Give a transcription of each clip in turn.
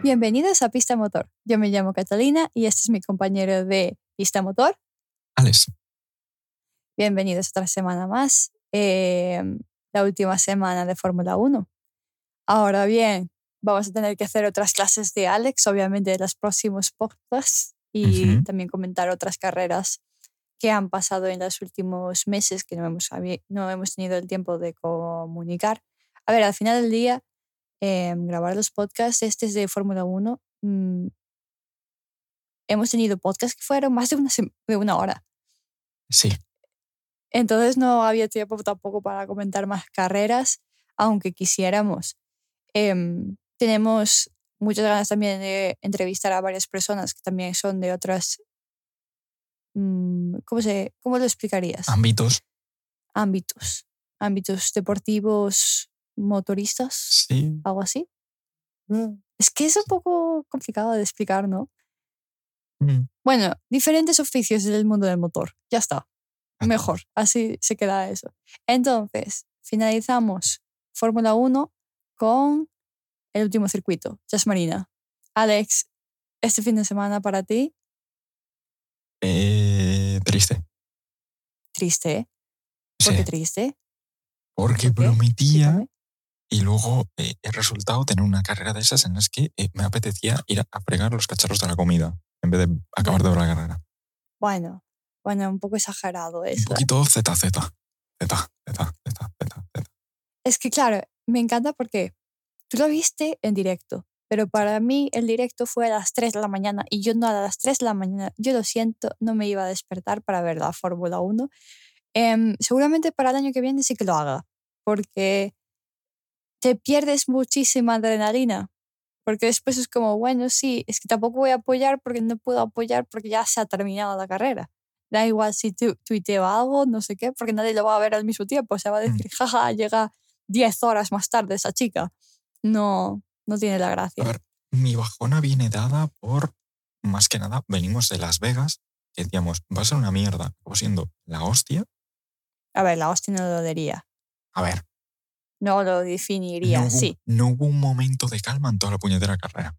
Bienvenidos a Pista Motor. Yo me llamo Catalina y este es mi compañero de Pista Motor, Alex. Bienvenidos otra semana más, la última semana de Fórmula 1. Ahora bien, vamos a tener que hacer otras clases de Alex, obviamente de los próximos podcasts, y también comentar otras carreras que han pasado en los últimos meses que no hemos tenido el tiempo de comunicar. A ver, al final del día, grabar los podcasts estos de Fórmula 1, hemos tenido podcasts que fueron más de una hora. Sí. Entonces no había tiempo tampoco para comentar más carreras, aunque quisiéramos. Tenemos muchas ganas también de entrevistar a varias personas que también son de otras... ¿Cómo lo explicarías? Ámbitos. Ámbitos deportivos, motoristas, Sí. algo así. Es que es un poco complicado de explicar, ¿no? Bueno, diferentes oficios del mundo del motor. Ya está. Mejor, así se queda eso. Entonces, finalizamos Fórmula 1 con el último circuito, Yas Marina. Alex, este fin de semana para ti. Triste. Triste, ¿eh? ¿Por qué triste? Porque prometía y luego el resultado tener una carrera de esas en las que me apetecía ir a fregar los cacharros de la comida en vez de acabar de ver la carrera. Bueno, un poco exagerado eso. Un poquito ZZ. Es que claro, me encanta porque tú lo viste en directo, pero para mí el directo fue a las 3 de la mañana y yo no a las 3 de la mañana, yo lo siento, no me iba a despertar para ver la Fórmula 1. Seguramente para el año que viene sí que lo haga, porque te pierdes muchísima adrenalina, porque después es como, bueno, sí, es que tampoco voy a apoyar porque no puedo apoyar porque ya se ha terminado la carrera. Da igual si tuiteo algo, no sé qué, porque nadie lo va a ver al mismo tiempo. O sea, va a decir, jaja, llega 10 horas más tarde esa chica. No tiene la gracia. A ver, mi bajona viene dada por, más que nada, venimos de Las Vegas, que decíamos, va a ser una mierda, o siendo la hostia. A ver, la hostia no lo diría. A ver. No lo definiría, sí. No hubo un momento de calma en toda la puñetera carrera.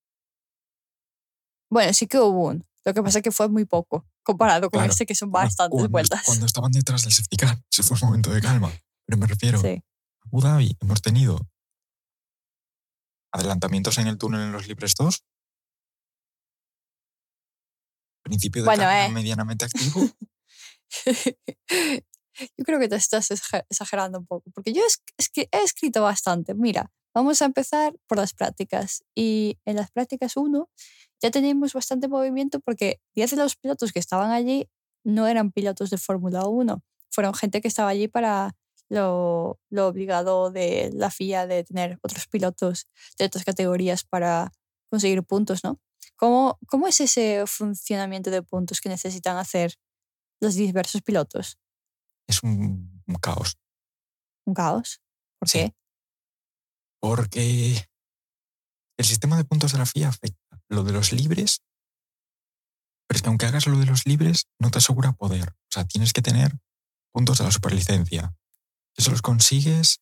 Bueno, sí que hubo un. Lo que pasa es que fue muy poco, comparado con este, que son bastantes vueltas. Cuando estaban detrás del safety car, ese fue un momento de calma. Pero me refiero, sí. A Abu Dhabi hemos tenido adelantamientos en el túnel en los libres 2. Principio de carrera medianamente activo. Yo creo que te estás exagerando un poco, porque yo es que he escrito bastante. Mira, vamos a empezar por las prácticas. Y en las prácticas 1 ya tenemos bastante movimiento porque 10 de los pilotos que estaban allí no eran pilotos de Fórmula 1. Fueron gente que estaba allí para lo obligado de la FIA de tener otros pilotos de otras categorías para conseguir puntos, ¿no? ¿Cómo es ese funcionamiento de puntos que necesitan hacer los diversos pilotos? Es un caos. ¿Un caos? ¿Por qué? Porque el sistema de puntos de la FIA afecta lo de los libres, pero es que aunque hagas lo de los libres, no te asegura poder. O sea, tienes que tener puntos de la superlicencia. Eso los consigues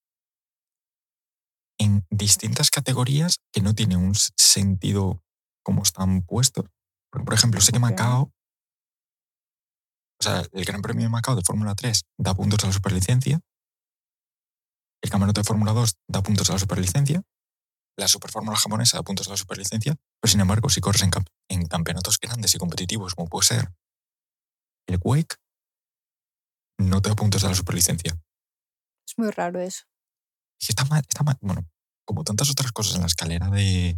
en distintas categorías que no tienen un sentido como están puestos. Porque, por ejemplo, sé que Macao, o sea, el Gran Premio de Macao de Fórmula 3 da puntos a la superlicencia, el Campeonato de Fórmula 2 da puntos a la superlicencia, la Superfórmula japonesa da puntos a la superlicencia, pero sin embargo, si corres en campeonatos grandes y competitivos, como puede ser el WEC, no te da puntos a la superlicencia. Es muy raro eso. Y está mal. Bueno, como tantas otras cosas en la escalera de...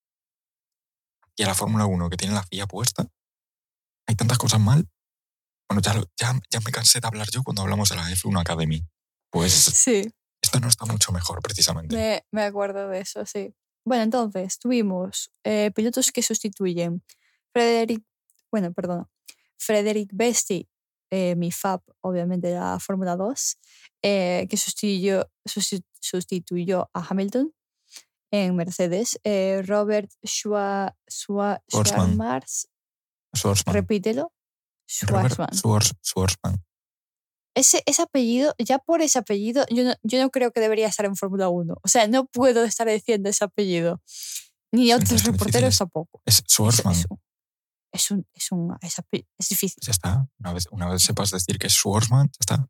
Y a la Fórmula 1 que tiene la FIA puesta, hay tantas cosas mal. Bueno, ya me cansé de hablar yo cuando hablamos de la F1 Academy. Pues sí. Esto no está mucho mejor, precisamente. Me acuerdo de eso, sí. Bueno, entonces tuvimos pilotos que sustituyen. Frederic Besti, mi FAB, obviamente, de la Fórmula 2, que sustituyó a Hamilton en Mercedes. Robert Schwarzman. Repítelo. Schwarzman. Ese apellido, ya por ese apellido, yo no creo que debería estar en Fórmula 1. O sea, no puedo estar diciendo ese apellido. Ni Sí, otros están reporteros difíciles. tampoco. Es Schwarzman. Es difícil. Ya está. Una vez sepas decir que es Schwarzman, ya está.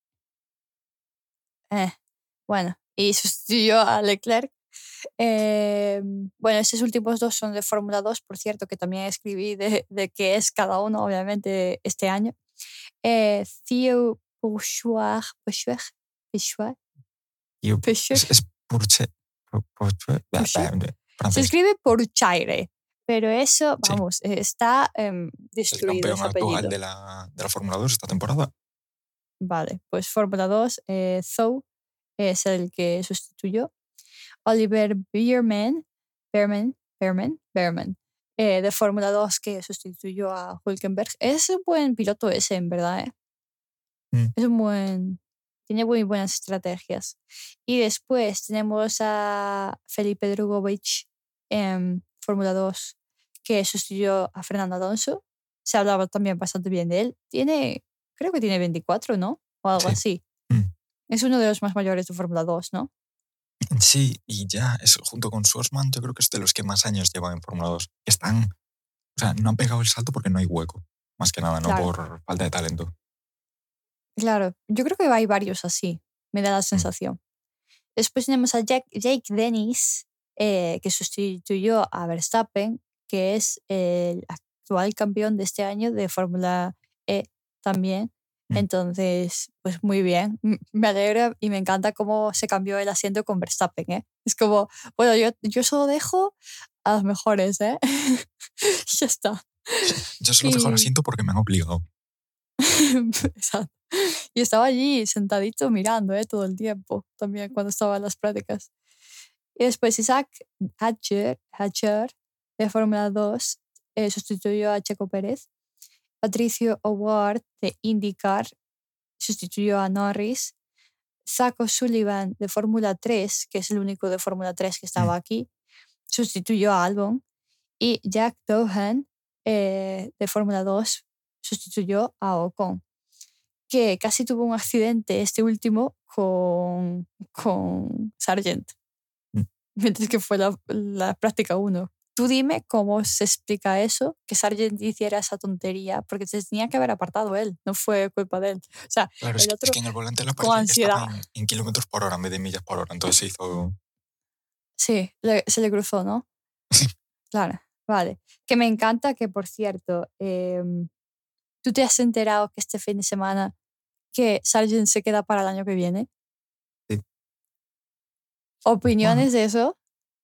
Bueno, y sustituyó a Leclerc. Bueno, estos últimos dos son de Fórmula 2, por cierto, que también escribí de qué es cada uno, obviamente, este año. Theo Pourchaire, Y Pourchaire, es Purche. Pourchaire. Se Francés. escribe Pourchaire, pero eso, Sí. vamos, está Es el destruido campeón ese actual apellido. de la Fórmula 2 esta temporada. Vale, pues Fórmula 2, Zhou es el que sustituyó. Oliver Behrman, de Fórmula 2 que sustituyó a Hülkenberg. Es un buen piloto ese, en verdad, ¿eh? Mm. Es un buen... Tiene muy buenas estrategias. Y después tenemos a Felipe Drugovich en Fórmula 2 que sustituyó a Fernando Alonso. Se hablaba también bastante bien de él. Creo que tiene 24, ¿no? O algo Sí. así. Mm. Es uno de los más mayores de Fórmula 2, ¿no? Sí, y ya es junto con Schwarzman, yo creo que es de los que más años llevan en Fórmula 2. Están, o sea, no han pegado el salto porque no hay hueco, más que nada, no Claro. por falta de talento. Claro, yo creo que hay varios así, me da la sensación. Después tenemos a Jake Dennis, que sustituyó a Verstappen, que es el actual campeón de este año de Fórmula E también. Entonces, pues muy bien, me alegra y me encanta cómo se cambió el asiento con Verstappen. Es como, bueno, yo solo dejo a los mejores, ¿eh? Ya está. Yo solo dejo el asiento porque me han obligado. Exacto. Y estaba allí sentadito mirando todo el tiempo, también cuando estaba en las prácticas. Y después Isaac Hatcher de Fórmula 2 sustituyó a Checo Pérez. Patricio O'Ward de IndyCar sustituyó a Norris. Zach O'Sullivan de Fórmula 3, que es el único de Fórmula 3 que estaba aquí, sustituyó a Albon. Y Jack Doohan de Fórmula 2 sustituyó a Ocon, que casi tuvo un accidente este último con Sargent, mientras que fue la práctica 1. Tú dime cómo se explica eso, que Sargent hiciera esa tontería, porque se tenía que haber apartado él, no fue culpa de él. O sea, claro, el otro es que en el volante le con parecía que ansiedad. estaba en kilómetros por hora en vez de millas por hora, entonces se hizo... Sí, se le cruzó, ¿no? Claro, vale. Que me encanta que, por cierto, tú te has enterado que este fin de semana que Sargent se queda para el año que viene. Sí. ¿Opiniones de eso?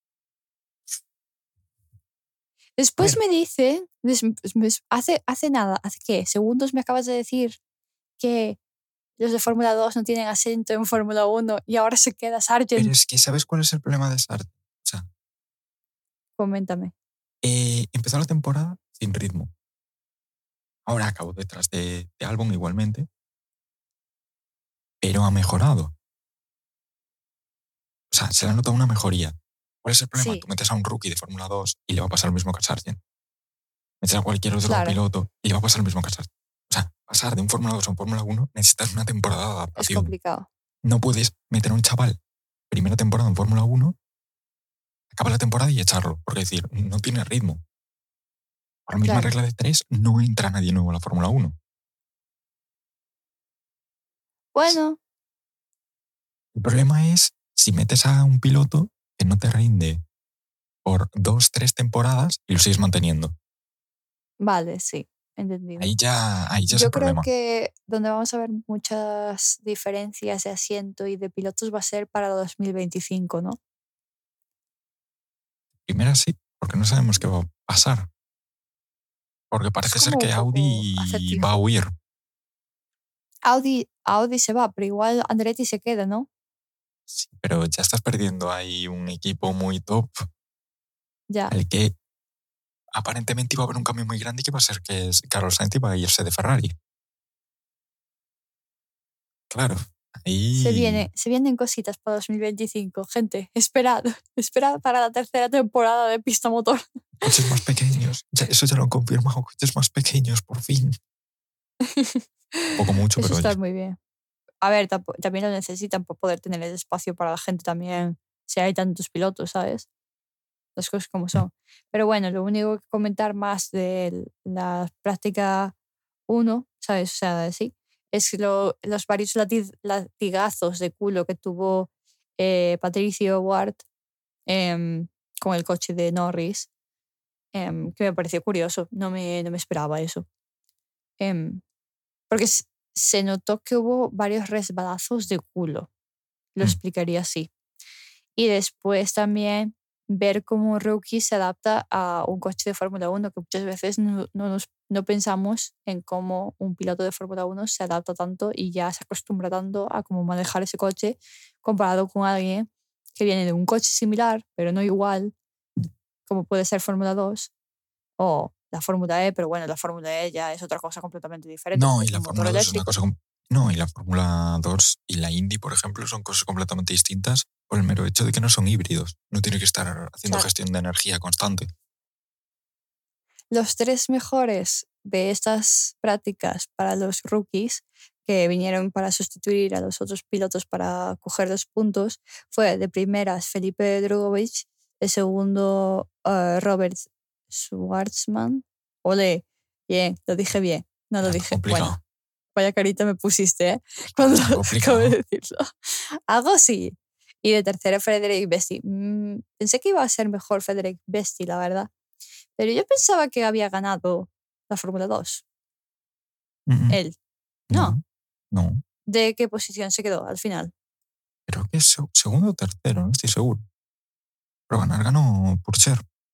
Después ver. me dicen, hace nada, hace qué, segundos me acabas de decir que los de Fórmula 2 no tienen asiento en Fórmula 1 y ahora se queda Sargent. Pero es que, ¿sabes cuál es el problema de Sargent? O sea, Coméntame. empezó la temporada sin ritmo. Ahora acabó detrás de Albon igualmente, pero ha mejorado. O sea, se le ha notado una mejoría. ¿Cuál es el problema? Sí. Tú metes a un rookie de Fórmula 2 y le va a pasar lo mismo que a Sargent. Metes a cualquier otro Claro. piloto y le va a pasar lo mismo que a Sargent. O sea, pasar de un Fórmula 2 a un Fórmula 1 necesitas una temporada de Es adaptación. complicado. No puedes meter a un chaval primera temporada en Fórmula 1, acaba la temporada y echarlo, porque decir, no tiene ritmo. Por la misma Claro. regla de 3, no entra nadie nuevo en la Fórmula 1. Bueno, El problema es si metes a un piloto que no te rinde por 2, 3 temporadas y lo sigues manteniendo. vale, sí, entendido. Ahí ya es Yo el creo problema. que donde vamos a ver muchas diferencias de asiento y de pilotos va a ser para 2025, ¿no? Primero sí, porque no sabemos qué va a pasar. Porque parece Es ser como que un poco Audi va a acertijo. huir. Audi se va, pero igual Andretti se queda, ¿no? Sí, pero ya estás perdiendo ahí un equipo muy top Ya, al que aparentemente iba a haber un cambio muy grande y que va a ser que Carlos Sainz iba a irse de Ferrari. Claro, ahí... se vienen cositas para 2025. Gente, esperad para la tercera temporada de Pista Motor. Coches más pequeños. Eso ya lo han confirmado. Coches más pequeños, por fin. Poco mucho, Eso pero está oye. muy bien. A ver, también lo necesitan para poder tener el espacio para la gente también, si hay tantos pilotos, ¿sabes? las cosas como son. Pero bueno, lo único que comentar más de la práctica 1, ¿sabes? O sea, sí, es los varios latigazos de culo que tuvo Patricio Ward em, con el coche de Norris, que me pareció curioso, no me esperaba eso. Em, Porque se notó que hubo varios resbalazos de culo, lo Mm. explicaría así. Y después también ver cómo un rookie se adapta a un coche de Fórmula 1, que muchas veces no pensamos en cómo un piloto de Fórmula 1 se adapta tanto y ya se acostumbra tanto a cómo manejar ese coche comparado con alguien que viene de un coche similar, pero no igual, como puede ser Fórmula 2 o la Fórmula E, pero bueno, la Fórmula E ya es otra cosa completamente diferente No, porque y es la un motor Fórmula 2 es una eléctrico. cosa... No, y la Fórmula 2 y la Indy, por ejemplo, son cosas completamente distintas por el mero hecho de que no son híbridos. No tiene que estar haciendo Claro. gestión de energía constante. Los tres mejores de estas prácticas para los rookies que vinieron para sustituir a los otros pilotos para coger los puntos fue de primeras Felipe Drugovich, de segundo Robert Schwartzman. Ole, bien, lo dije bien, no lo Era tan dije. complicado. Bueno, vaya carita me pusiste, ¿eh? Cuando Es tan acabo complicado. de decirlo. Algo así. Y de tercera Frederick Besti. Pensé que iba a ser mejor Frederick Besti, la verdad. Pero yo pensaba que había ganado la Fórmula 2. Mm, Él. No. No, no. ¿De qué posición se quedó al final? Creo que es segundo o tercero, no estoy seguro. Pero ganar ganó por ser.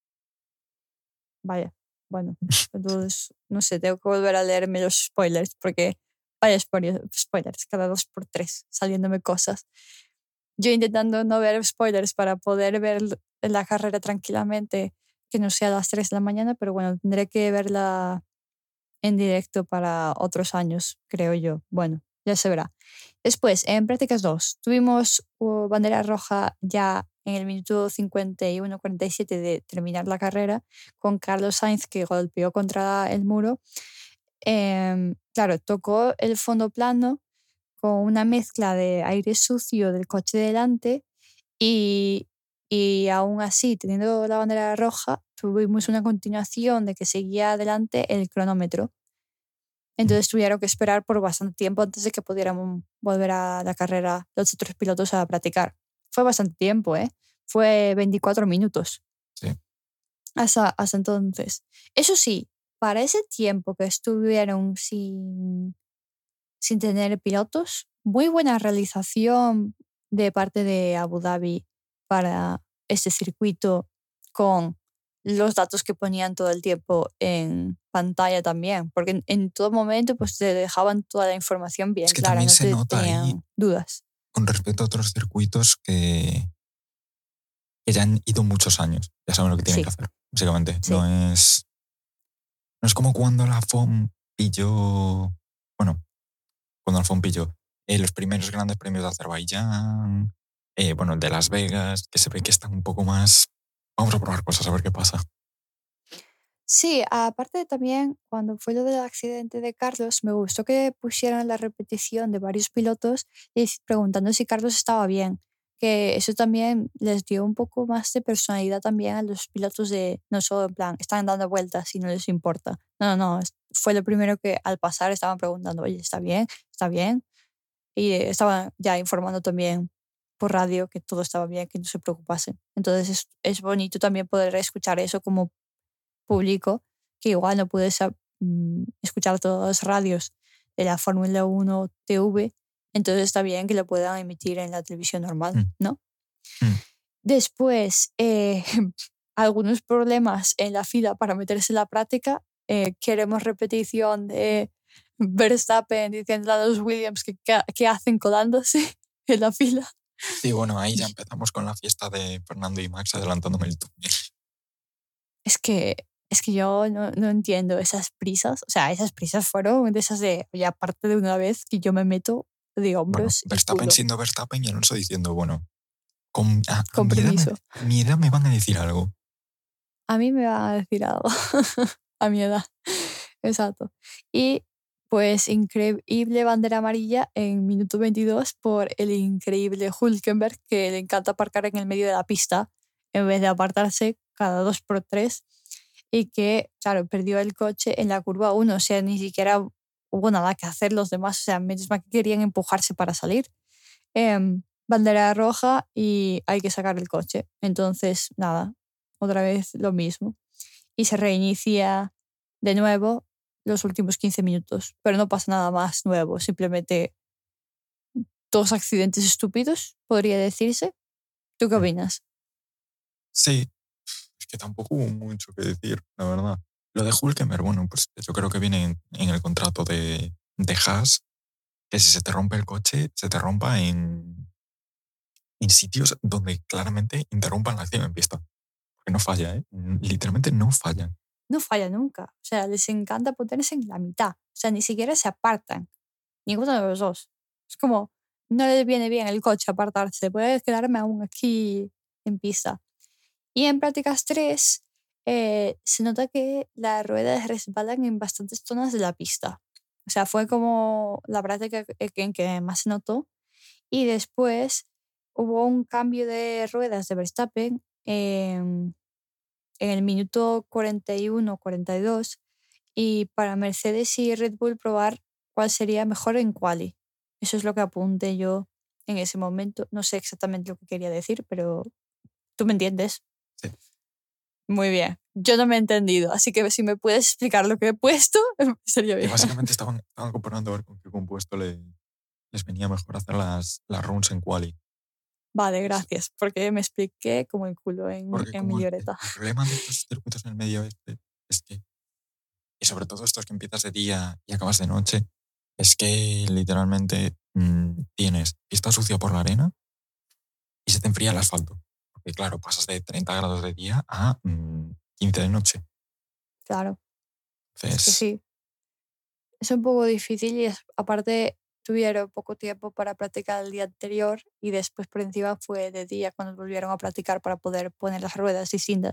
Vaya. Bueno, entonces, no sé, tengo que volver a leerme los spoilers porque vaya spoilers, cada 2 por 3 saliéndome cosas. Yo intentando no ver spoilers para poder ver la carrera tranquilamente, que no sea a las 3 de la mañana, pero bueno, tendré que verla en directo para otros años, creo yo. Bueno, ya se verá. Después, en prácticas 2 tuvimos bandera roja ya en el minuto 51-47 de terminar la carrera, con Carlos Sainz que golpeó contra el muro. Claro, tocó el fondo plano con una mezcla de aire sucio del coche de delante y, y aún así, teniendo la bandera roja, tuvimos una continuación de que seguía adelante el cronómetro. Entonces tuvieron que esperar por bastante tiempo antes de que pudieran volver a la carrera los otros pilotos a practicar. Fue bastante tiempo, ¿eh? Fue 24 minutos. Sí. Hasta entonces. Eso sí, para ese tiempo que estuvieron sin tener pilotos, muy buena realización de parte de Abu Dhabi para este circuito, con los datos que ponían todo el tiempo en pantalla también, porque en todo momento pues te dejaban toda la información bien Es que clara, también no se te nota ahí, tenían dudas. con respecto a otros circuitos que ya han ido muchos años. Ya saben lo que tienen que Sí, hacer, básicamente. sí. No es como cuando la FOM pilló... Bueno, cuando la FOM pilló los primeros grandes premios de Azerbaiyán, bueno, el de Las Vegas, que se ve que están un poco más... Vamos a probar cosas a ver qué pasa. Sí, aparte también cuando fue lo del accidente de Carlos, me gustó que pusieran la repetición de varios pilotos y preguntando si Carlos estaba bien, que eso también les dio un poco más de personalidad también a los pilotos, de no solo en plan, están dando vueltas y no les importa. No, no, no, fue lo primero que al pasar estaban preguntando, oye, ¿está bien? ¿Está bien? Y estaban ya informando también por radio que todo estaba bien, que no se preocupasen. Entonces es bonito también poder escuchar eso como público, que igual no puedes escuchar todas las radios de la Fórmula 1 TV, entonces está bien que lo puedan emitir en la televisión normal, Mm, ¿no? mm. Después, algunos problemas en la fila para meterse en la práctica. Queremos repetición de Verstappen diciendo a los Williams que hacen colándose en la fila. Sí, bueno, ahí ya empezamos con la fiesta de Fernando y Max adelantándome el túnel. Es que, es que yo no entiendo esas prisas. O sea, esas prisas fueron de esas de, oye, aparte de una vez que yo me meto de Bueno, hombros y Verstappen culo. siendo Verstappen y Alonso diciendo, bueno, a Con permiso. mi edad me van a decir algo. A mí me va a decir algo. A mi edad. Exacto. Y pues increíble bandera amarilla en minuto 22 por el increíble Hülkenberg, que le encanta aparcar en el medio de la pista en vez de apartarse cada 2x3 y que, claro, perdió el coche en la curva 1, o sea, ni siquiera hubo nada que hacer los demás, o sea, menos mal que querían empujarse para salir. Bandera roja y hay que sacar el coche. Entonces, nada, otra vez lo mismo. Y se reinicia de nuevo los últimos 15 minutos, pero no pasa nada más nuevo, simplemente 2 accidentes estúpidos, podría decirse. ¿Tú qué opinas? Sí, es que tampoco hubo mucho que decir, la verdad. Lo de Hülkenberg, bueno, pues yo creo que viene en el contrato de Haas, que si se te rompe el coche, se te rompa en sitios donde claramente interrumpan la acción en pista. Porque no falla, ¿eh? Literalmente no falla. No falla nunca. O sea, les encanta ponerse en la mitad. O sea, ni siquiera se apartan. Ninguno de los dos. Es como, no les viene bien el coche apartarse. Puede quedarme aún aquí en pista. Y en prácticas 3 se nota que las ruedas resbalan en bastantes zonas de la pista. O sea, fue como la práctica en que más se notó. Y después hubo un cambio de ruedas de Verstappen en el minuto 41-42 y para Mercedes y Red Bull probar cuál sería mejor en quali. Eso es lo que apunté yo en ese momento. No sé exactamente lo que quería decir, pero tú me entiendes. Sí. Muy bien. Yo no me he entendido, así que si me puedes explicar lo que he puesto, sería Que bien. básicamente estaban comparando a ver con qué compuesto les venía mejor hacer las runs en quali. Vale, gracias, porque me expliqué como el culo en Porque mi como el libreta. problema de estos circuitos en el medio oeste es que, y sobre todo estos que empiezas de día y acabas de noche, es que literalmente tienes pista sucia por la arena y se te enfría el asfalto. Porque claro, pasas de 30 grados de día a 15 de noche. Claro, es que Entonces, sí. Es un poco difícil y aparte tuvieron poco tiempo para practicar el día anterior y después por encima fue de día cuando volvieron a practicar para poder poner las ruedas distintas.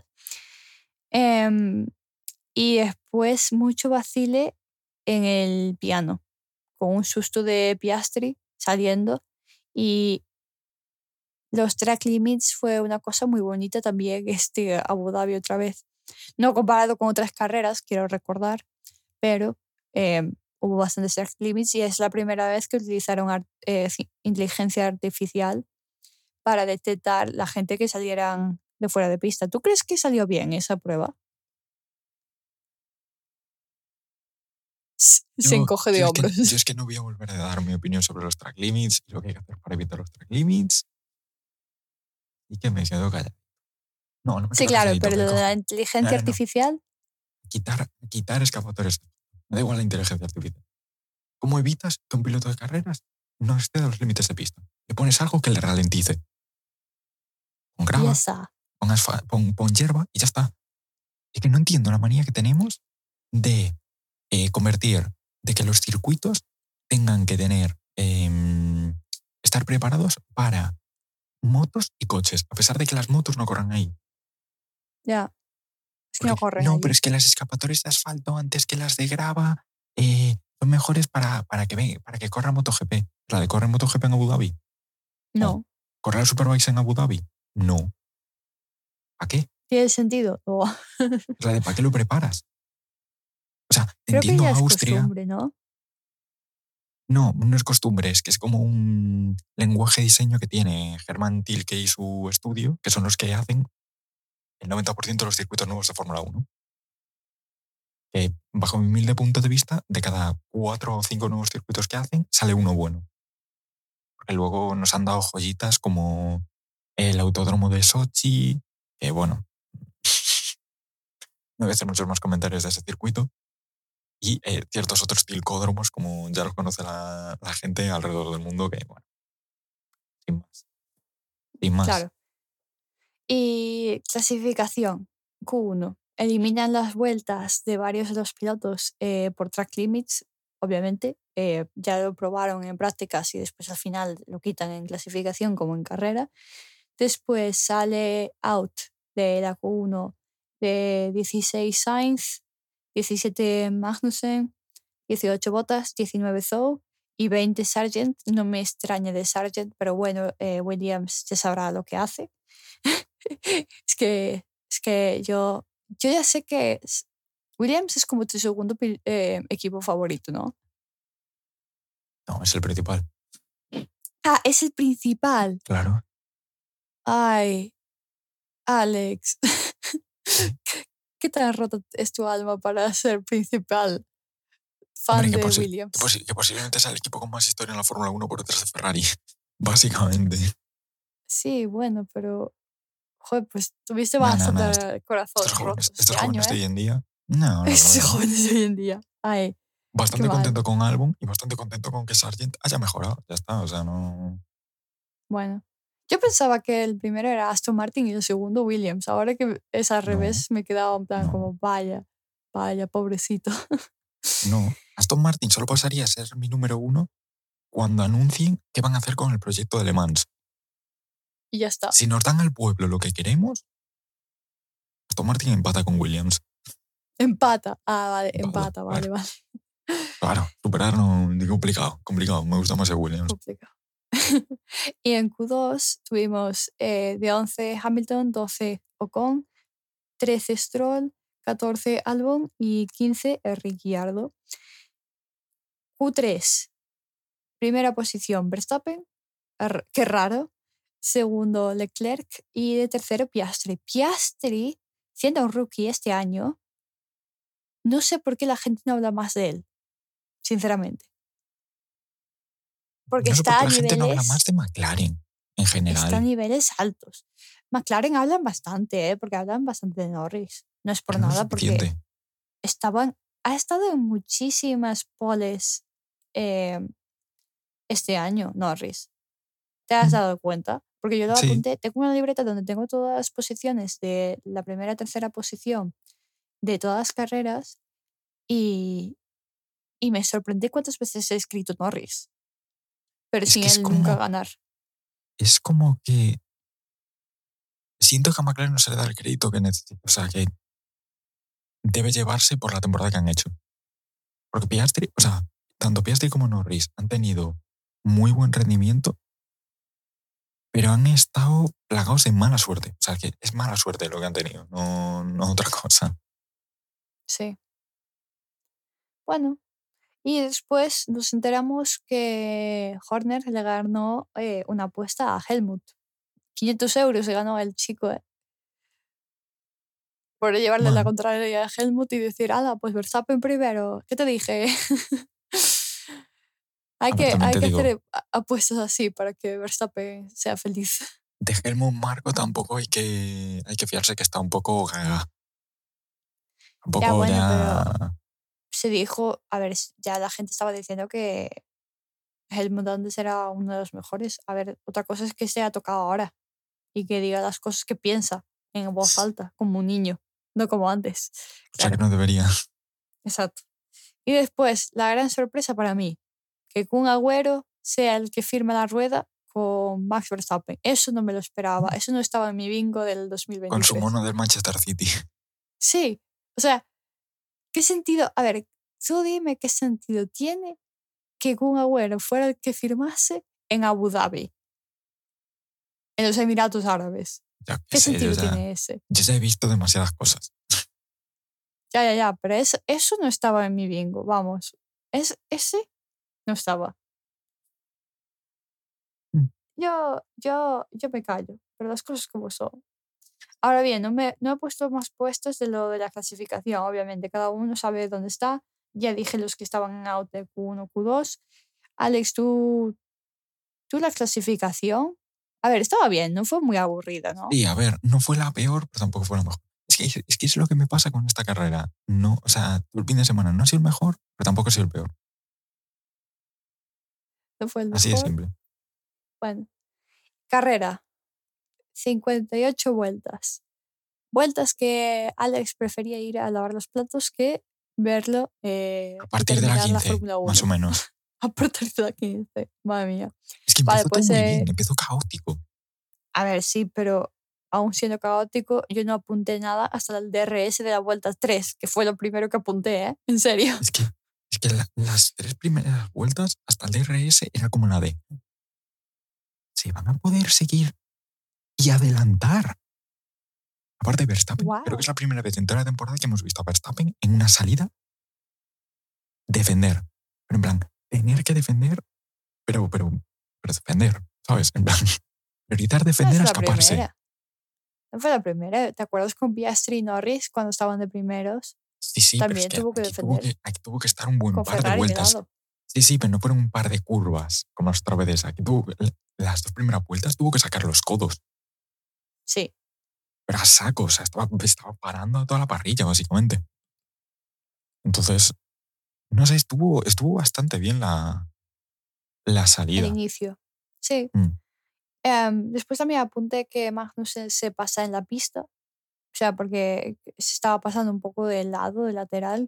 Em, y después mucho vacile en el piano, con un susto de Piastri saliendo y los track limits fue una cosa muy bonita también, Abu Dhabi otra vez. No comparado con otras carreras, quiero recordar, pero hubo bastantes track limits y es la primera vez que utilizaron inteligencia artificial para detectar la gente que salieran de fuera de pista. ¿Tú crees que salió bien esa prueba? Se yo, encoge de yo, es que, hombros. yo es que no voy a volver a dar mi opinión sobre los track limits y lo que hay que hacer para evitar los track limits y que me quedo callado. No, no me Sí, quedo claro, calladito, pero me lo de cojo. la No, inteligencia no, no. artificial, Quitar escapatorias. Me da igual la inteligencia artificial. ¿Cómo evitas que un piloto de carreras no exceda los límites de pista? Le pones algo que le ralentice. Pon y ya grava, está. pon hierba y ya está. Es que no entiendo la manía que tenemos de convertir, de que los circuitos tengan que tener, estar preparados para motos y coches, a pesar de que las motos no corran ahí. Ya, es que no Porque corren no, pero allí. es que las escapatorias de asfalto antes que las de grava son mejores para que corra MotoGP. ¿La de correr MotoGP en Abu Dhabi? No. No. ¿Correr el Superbikes en Abu Dhabi? No. ¿Para qué? ¿Tiene sentido? No. La de ¿para qué lo preparas? O sea, Creo que entiendo ya es Austria. costumbre, ¿no? No, no es costumbre, es que es como un lenguaje de diseño que tiene Germán Tilke y su estudio, que son los que hacen el 90% de los circuitos nuevos de Fórmula 1. Que, bajo mi humilde punto de vista, de cada 4 o 5 nuevos circuitos que hacen, sale uno bueno. Porque luego nos han dado joyitas como el autódromo de Sochi, que bueno, no voy a hacer muchos más comentarios de ese circuito, y ciertos otros tilcódromos, como ya los conoce la gente alrededor del mundo, que bueno, sin más. Sin más. Claro. Y clasificación, Q1. Eliminan las vueltas de varios de los pilotos por track limits, obviamente. Ya lo probaron en prácticas y después al final lo quitan en clasificación como en carrera. Después sale out de la Q1 de 16 Sainz, 17 Magnussen, 18 Bottas, 19 Zhou y 20 Sargent. No me extraña de Sargent, pero bueno, Williams ya sabrá lo que hace. Es Es que yo ya sé que Williams es como tu segundo equipo favorito, ¿no? No, es el principal. Ah, es el principal. Claro. Ay, Alex. ¿Qué? ¿Qué tan rota es tu alma para ser principal Hombre, fan de Williams? que posiblemente sea el equipo con más historia en la Fórmula 1 por detrás de Ferrari. Básicamente. Sí, bueno, pero joder, pues tuviste No. bastante corazón roto Estos este año, jóvenes de ¿eh? hoy en día. No, la verdad Estos que no. jóvenes de hoy en día. Ay, qué Bastante mal. contento con Albon y bastante contento con que Sargent haya mejorado. Ya está, o sea, no. Bueno, yo pensaba que el primero era Aston Martin y el segundo Williams. Ahora que es al No, revés, me quedaba en plan no, como, vaya, pobrecito. no. Aston Martin solo pasaría a ser mi número 1 cuando anuncien qué van a hacer con el proyecto de Le Mans. Y ya está. Si nos dan al pueblo lo que queremos, Aston Martin empata con Williams. Empata. Ah, vale, empata, vale, Claro, vale. claro, superar no, complicado. Me gusta más el Williams. Complicado. Y en Q2 tuvimos de 11 Hamilton, 12 Ocon, 13 Stroll, 14 Albon y 15 Ricciardo. Q3, primera posición Verstappen, qué raro. Segundo Leclerc y de tercero Piastri. Piastri, siendo un rookie este año, no sé por qué la gente no habla más de él, sinceramente. Porque No sé por está qué a la gente no habla más niveles de McLaren en está a general, niveles altos. McLaren hablan bastante, porque hablan bastante de Norris. No es por pero no es nada, porque suficiente. ha estado en muchísimas poles eh, este año, Norris. ¿Te has Mm, dado cuenta? Porque yo lo Sí, apunté, tengo una libreta donde tengo todas las posiciones de la primera y tercera posición de todas las carreras y, y me sorprendí cuántas veces he escrito Norris, pero es sin que él nunca ganar. es como que siento que a McLaren no se le da el crédito que necesita, o sea, que debe llevarse por la temporada que han hecho. Porque Piastri, o sea, tanto Piastri como Norris han tenido muy buen rendimiento, pero han estado plagados de mala suerte. O sea, que es mala suerte lo que han tenido, no otra cosa. Sí. Bueno, y después nos enteramos que Horner le ganó una apuesta a Helmut. 500 euros se ganó el chico, por llevarle la Bueno, contraria a Helmut y decir, ala, pues Verstappen primero. ¿Qué te dije? a ver, también Hay te que digo, hacer apuestas así para que Verstappen sea feliz. de Helmut Marko tampoco hay que fiarse que está un poco gaga. Un Ya poco bueno, pero ya. se dijo, a ver, ya la gente estaba diciendo que Helmut Andes era uno de los mejores. A ver, otra cosa es que se ha tocado ahora y que diga las cosas que piensa en voz alta, como un niño, no como antes. O sea, que Claro, no debería. exacto. Y después, la gran sorpresa para mí, que Kun Agüero sea el que firma la rueda con Max Verstappen. Eso no me lo esperaba. Eso no estaba en mi bingo del Con su 2023. mono del Manchester City. Sí, o sea, ¿qué sentido? A ver, tú dime qué sentido tiene que Kun Agüero fuera el que firmase en Abu Dhabi, en los Emiratos Árabes. Ya qué ¿Qué sé, sentido tiene ese? yo ya he visto demasiadas cosas. Ya, pero eso no estaba en mi bingo, vamos. Ese no estaba. Mm. Yo me callo, pero las cosas como son. Ahora bien, no he puesto más puestos de lo de la clasificación, obviamente. Cada uno sabe dónde está. Ya dije los que estaban en out de Q1, Q2. Alex, tú la clasificación. A ver, estaba bien, no fue muy aburrida, ¿no? Sí, a ver, no fue la peor, pero tampoco fue la mejor. Es que es lo que me pasa con esta carrera. No, o sea, el fin de semana no ha sido el mejor, pero tampoco ha sido el peor. No fue el Así de mejor. simple. Bueno, carrera, 58 vueltas. Vueltas que Alex prefería ir a lavar los platos que verlo A y partir de la terminar la 15, Fórmula más o 1. menos. A partir de la 15, madre mía. Es que Vale, empezó todo pues muy bien, empezó caótico. a ver, sí, pero aún siendo caótico, yo no apunté nada hasta el DRS de la vuelta 3, que fue lo primero que apunté, ¿eh? En serio. Es que, las tres primeras vueltas hasta el DRS era como la de se van a poder seguir y adelantar. Aparte de Verstappen, creo que es la primera vez en toda la temporada que hemos visto a Verstappen en una salida defender. Pero en plan, tener que defender, pero defender, ¿sabes? En plan, priorizar No defender fue a la escaparse. primera. No fue la primera. ¿Te acuerdas con Piastri y Norris cuando estaban de primeros? Sí, pero es También que tuvo que defender. aquí tuvo que estar un buen Con par de Ferrari de vueltas. lado. Sí, pero no fueron un par de curvas como las otra veces. Aquí las 2 primeras vueltas tuvo que sacar los codos. Sí. Pero a saco, o sea, estaba parando a toda la parrilla, básicamente. Entonces, no sé, estuvo bastante bien la El salida. inicio. Sí. Después también apunté que Magnussen se pasa en la pista. O sea, porque se estaba pasando un poco de lado, de lateral.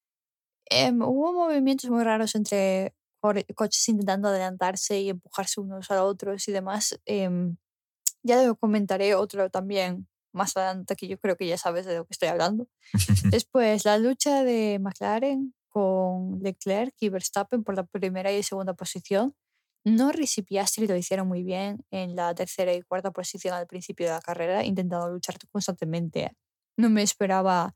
Hubo movimientos muy raros entre coches intentando adelantarse y empujarse unos a otros y demás. Ya lo comentaré otro también más adelante, que yo creo que ya sabes de lo que estoy hablando. Después, la lucha de McLaren con Leclerc y Verstappen por la primera y segunda posición. Norris y Piastri lo hicieron muy bien en la tercera y cuarta posición al principio de la carrera, intentando luchar constantemente. No me esperaba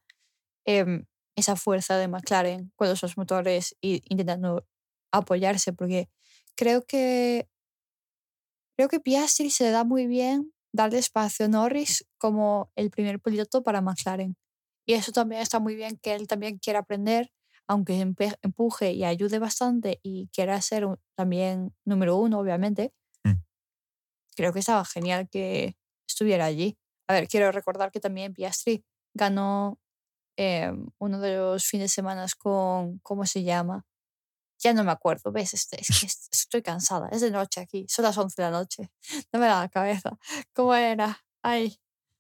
esa fuerza de McLaren con los dos motores y intentando apoyarse, porque creo que, creo que Piastri se le da muy bien darle espacio a Norris como el primer piloto para McLaren. Y eso también está muy bien, que él también quiera aprender, aunque empuje y ayude bastante y quiera ser también número uno, obviamente. Creo que estaba genial que estuviera allí. A ver, quiero recordar que también Piastri ganó uno de los fines de semana con, ¿cómo se llama? Ya no me acuerdo, ¿ves? Es que estoy cansada, es de noche aquí, son las 11 de la noche, no me da la cabeza. ¿Cómo era? Ay,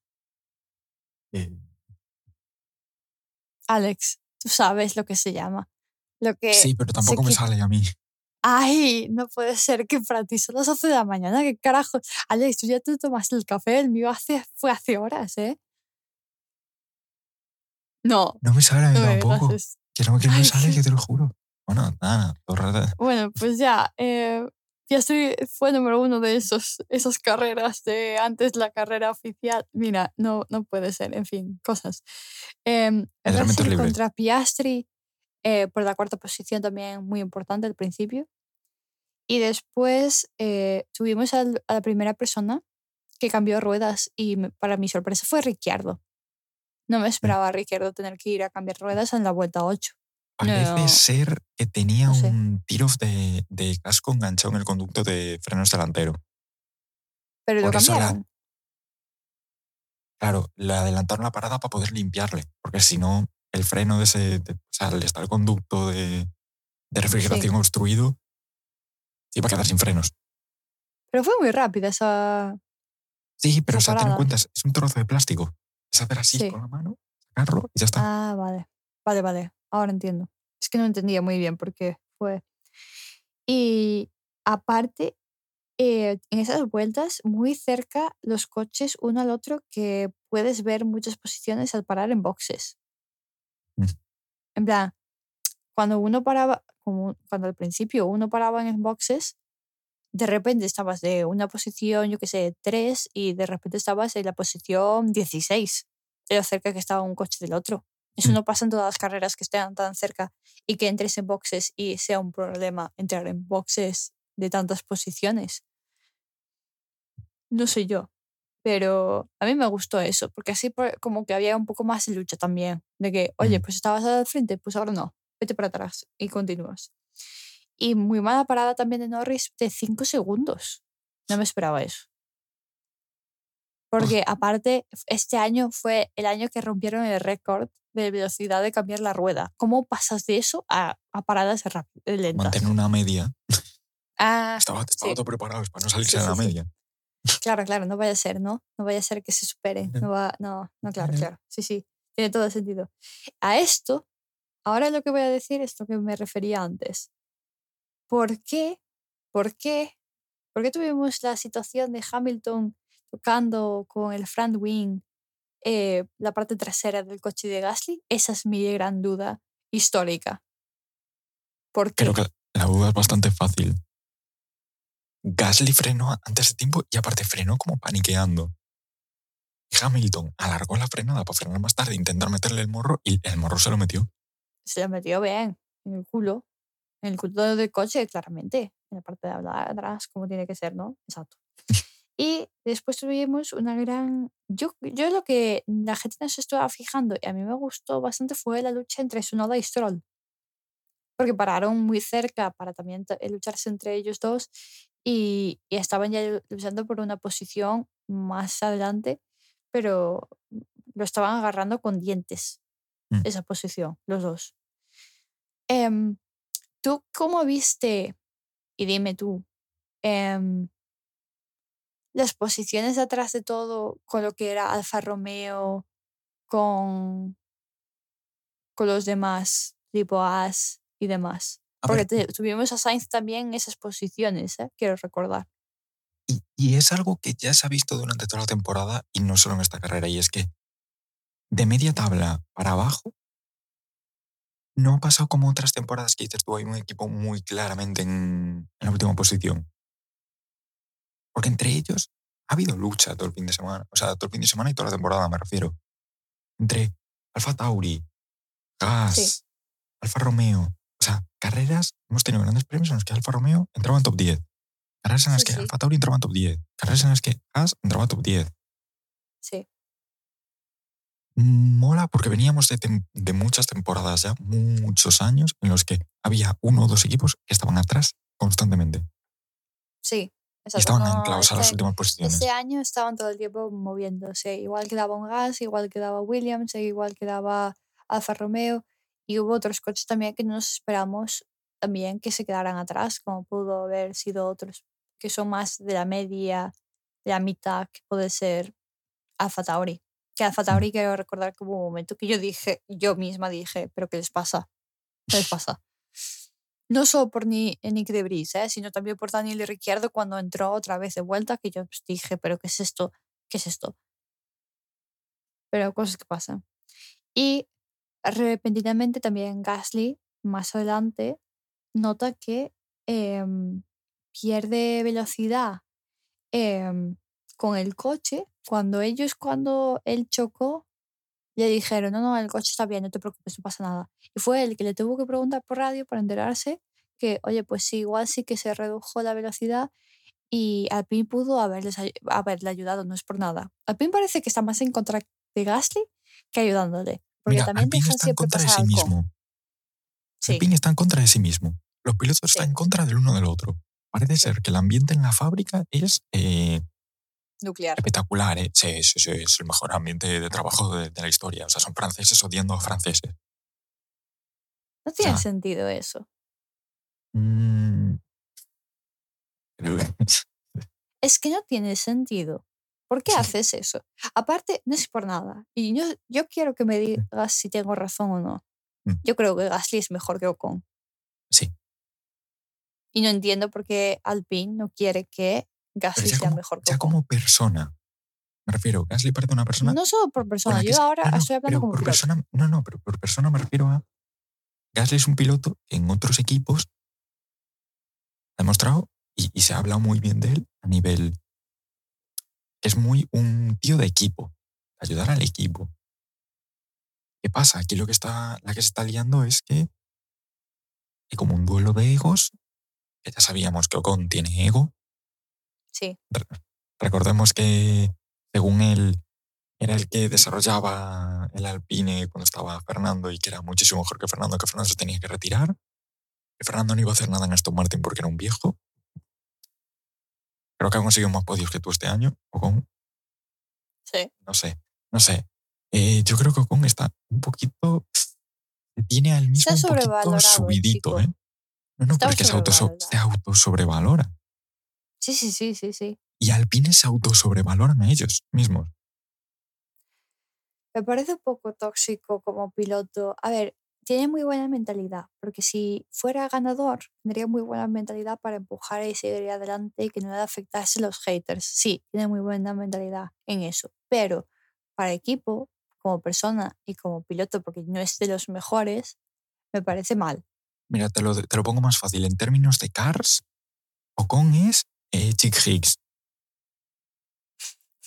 Eh, Alex, tú sabes lo que se llama. Lo que sí, pero se tampoco me quita. sale a mí. Ay, no puede ser que para ti son las 11 de la mañana, ¿qué carajo? Alex, tú ya te tomaste el café, el mío fue hace horas, ¿eh? No, No me sale a mí no me digas tampoco. eso. Que no me Ay, sale, que te lo juro. Bueno, nada, todo raro. bueno, pues ya, Piastri fue número uno de esas carreras de antes la carrera oficial. Mira, no puede ser, en fin, cosas. Entrenamientos Russell libres. contra Piastri por la cuarta posición también muy importante al principio. Y después tuvimos a la primera persona que cambió ruedas y para mi sorpresa fue Ricciardo. No me Mm. esperaba a Ricciardo tener que ir a cambiar ruedas en la vuelta 8. Parece No, ser que tenía no sé. un tiro de casco enganchado en el conducto de frenos delantero. Pero lo Por eso, cambiaron. claro, le adelantaron la parada para poder limpiarle. Porque si no, el freno o sea, al estar el conducto de Sí. refrigeración obstruido, se iba a quedar sin frenos. Pero fue muy rápida esa, Sí, pero esa o sea, ten en parada. cuenta, es un trozo de plástico. Es hacer así Sí. con la mano, sacarlo y ya está. Ah, vale. Vale, vale. Ahora entiendo. Es que no entendía muy bien por qué fue. Y aparte, en esas vueltas, muy cerca los coches uno al otro, que puedes ver muchas posiciones al parar en boxes. Mm. En plan, cuando uno paraba, cuando al principio uno paraba en boxes, de repente estabas de una posición, yo qué sé, 3 y de repente estabas en la posición 16 de lo cerca que estaba un coche del otro. Eso Mm. no pasa en todas las carreras que estén tan cerca y que entres en boxes y sea un problema entrar en boxes de tantas posiciones. No sé yo, pero a mí me gustó eso, porque así como que había un poco más de lucha también, de que, oye, Mm. pues estabas al frente, pues ahora no, vete para atrás y continúas. Y muy mala parada también de Norris de 5 segundos. No me esperaba eso. Uf, Porque aparte, este año fue el año que rompieron el récord de velocidad de cambiar la rueda. ¿Cómo pasas de eso a paradas mantener lentas? una media. Ah, Estaba sí, todo preparado para no salirse sí, de la sí, sí. media. Claro, claro, no vaya a ser, ¿no? No vaya a ser que se supere. No, claro, claro. Sí, sí, tiene todo el sentido. A esto, ahora lo que voy a decir es lo que me refería antes. ¿Por qué? ¿Por qué? ¿Por qué tuvimos la situación de Hamilton tocando con el front wing la parte trasera del coche de Gasly? Esa es mi gran duda histórica. ¿Por Creo qué? que la duda es bastante fácil. Gasly frenó antes de tiempo y aparte frenó como paniqueando. Hamilton alargó la frenada para frenar más tarde, intentar meterle el morro y el morro se lo metió. Se lo metió bien en el culo del coche, claramente, en la parte de atrás, como tiene que ser, ¿no? Exacto. Y después tuvimos una gran... Yo lo que la gente no se estaba fijando y a mí me gustó bastante fue la lucha entre Tsunoda y Stroll, porque pararon muy cerca para también lucharse entre ellos dos y estaban ya luchando por una posición más adelante, pero lo estaban agarrando con dientes, Mm. esa posición, los dos. Em, ¿Tú cómo viste, y dime tú, em, las posiciones de atrás de todo con lo que era Alfa Romeo, con, con los demás, tipo As y demás? A Porque ver, tuvimos a Sainz también en esas posiciones, quiero recordar. y es algo que ya se ha visto durante toda la temporada y no solo en esta carrera, y es que de media tabla para abajo no ha pasado como otras temporadas que dices tú, hay un equipo muy claramente en la última posición. Porque entre ellos ha habido lucha todo el fin de semana. O sea, todo el fin de semana y toda la temporada, me refiero. Entre Alfa Tauri, Sí, Haas, Alfa Romeo. O sea, carreras, hemos tenido grandes premios en los que Alfa Romeo entraba en top 10. Carreras en las sí, que sí, Alfa Tauri entraba en top 10. Carreras en las que Haas entraba en top 10. sí, Mola porque veníamos de muchas temporadas ya, muchos años, en los que había uno o dos equipos que estaban atrás constantemente sí. y Exacto. estaban No, anclados a las últimas este posiciones. año estaban todo el tiempo moviéndose. Igual quedaba un Gas, igual quedaba Williams, igual quedaba Alfa Romeo. Y hubo otros coches también que no nos esperamos también que se quedaran atrás, como pudo haber sido otros que son más de la media, de la mitad, que puede ser Alfa Tauri. Que Alfa Mm. Tauri quiero recordar que hubo un momento que yo misma dije, pero ¿qué les pasa? ¿Qué les pasa? No solo por Nick de Vries, sino también por Daniel Ricciardo cuando entró otra vez de vuelta, que yo pues, dije, pero ¿qué es esto? ¿Qué es esto? Pero cosas que pasan. Y repentinamente también Gasly, más adelante, nota que em, pierde velocidad em, con el coche. Cuando él chocó, le dijeron, no, no, el coche está bien, no te preocupes, no pasa nada. Y fue él que le tuvo que preguntar por radio para enterarse que, oye, pues sí, igual sí que se redujo la velocidad y Alpine pudo haberle ayudado, no es por nada. Alpine parece que está más en contra de Gasly que ayudándole, porque Mira, también Alpine dejan está en siempre contra de pasar sí al Ocon. mismo. Sí, Alpine está en contra de sí mismo. Los pilotos están sí, en contra del uno del otro. Parece sí. ser que el ambiente en la fábrica es Nuclear. espectacular. Sí, sí, sí, es el mejor ambiente de trabajo de la historia. O sea, son franceses odiando a franceses. No O tiene sea, sentido eso. mm, creo que- Es que no tiene sentido. ¿Por qué haces eso? Aparte, no es por nada. Y yo quiero que me digas si tengo razón o no. Mm, Yo creo que Gasly es mejor que Ocon. sí, Y no entiendo por qué Alpine no quiere que pero Gasly sea mejor que ya Ocon. como persona, me refiero, Gasly parece una persona No solo por con persona, la que yo es... ahora No, no, estoy hablando pero como por piloto. persona, no, no, pero por persona me refiero a... Gasly es un piloto que en otros equipos ha demostrado y se ha hablado muy bien de él a nivel... Es muy un tío de equipo, ayudar al equipo. ¿Qué pasa? Aquí la que se está liando es que hay como un duelo de egos, que ya sabíamos que Ocon tiene ego. Sí, Re- Recordemos que, según él, era el que desarrollaba el Alpine cuando estaba Fernando y que era muchísimo mejor que Fernando se tenía que retirar, que Fernando no iba a hacer nada en Aston Martin porque era un viejo. Creo que ha conseguido más podios que tú este año, Ocon. sí. No sé, no sé. Yo creo que Ocon está un poquito... Tiene al mismo Está un poquito sobrevalorado el subidito, ¿eh? chico. No, no, pero Está es que se sobrevalorado. autosobrevalora. Sí, sí, sí, sí, sí. Y Alpine se autosobrevaloran a ellos mismos. Me parece un poco tóxico como piloto. A ver, tiene muy buena mentalidad, porque si fuera ganador, tendría muy buena mentalidad para empujar y seguir adelante y que no le afectase los haters. Sí, tiene muy buena mentalidad en eso. Pero para equipo, como persona y como piloto, porque no es de los mejores, me parece mal. Mira, te lo pongo más fácil. En términos de cars, Ocon es Chick Hicks.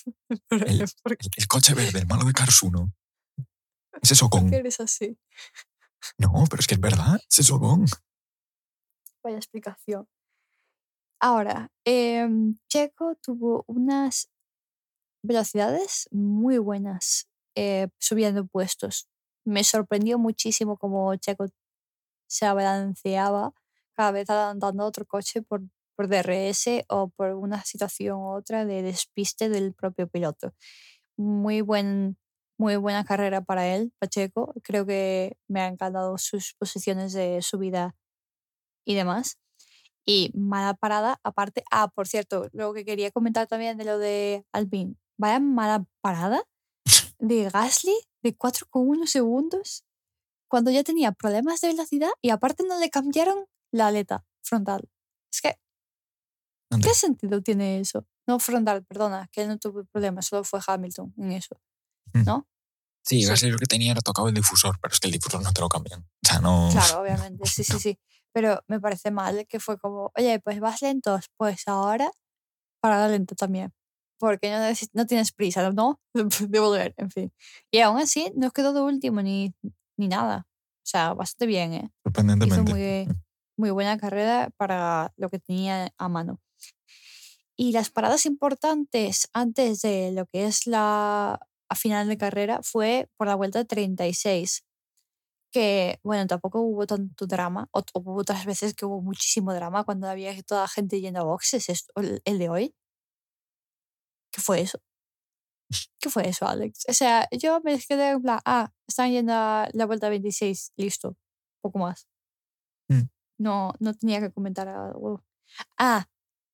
El coche verde, el malo de Cars 1. Es eso ¿Por con. qué eres así? No, pero es que es verdad. Es eso con. Vaya explicación. Ahora, Checo tuvo unas velocidades muy buenas subiendo puestos. Me sorprendió muchísimo cómo Checo se balanceaba cada vez adelantando a otro coche por DRS o por una situación u otra de despiste del propio piloto. Muy muy buena carrera para él, Pacheco. Creo que me han encantado sus posiciones de subida y demás. Y mala parada, aparte. Ah, por cierto, lo que quería comentar también de lo de Alpine. Vaya mala parada de Gasly de 4,1 segundos cuando ya tenía problemas de velocidad y aparte no le cambiaron la aleta frontal. Es que, Ande. ¿qué sentido tiene eso? No frontal, perdona, que él no tuvo problemas, solo fue Hamilton en eso, ¿no? Sí, Sí, Gasly lo que tenía era tocado el difusor, pero es que el difusor no te lo cambian. O sea, no. claro, obviamente, sí, sí, sí. Pero me parece mal que fue como, oye, pues vas lentos, pues ahora para lento también. Porque no tienes prisa, ¿no? De volver, en fin. Y aún así, no quedó de último ni nada. O sea, bastante bien, ¿eh? Hizo Sorprendentemente. muy buena carrera para lo que tenía a mano. Y las paradas importantes antes de lo que es la a final de carrera fue por la vuelta 36, que, bueno, tampoco hubo tanto drama, o hubo otras veces que hubo muchísimo drama cuando había toda gente yendo a boxes, el de hoy. ¿Qué fue eso? ¿Qué fue eso, Alex? O sea, yo me quedé en plan, están yendo a la vuelta 26, listo, poco más. Mm. No tenía que comentar algo. Ah,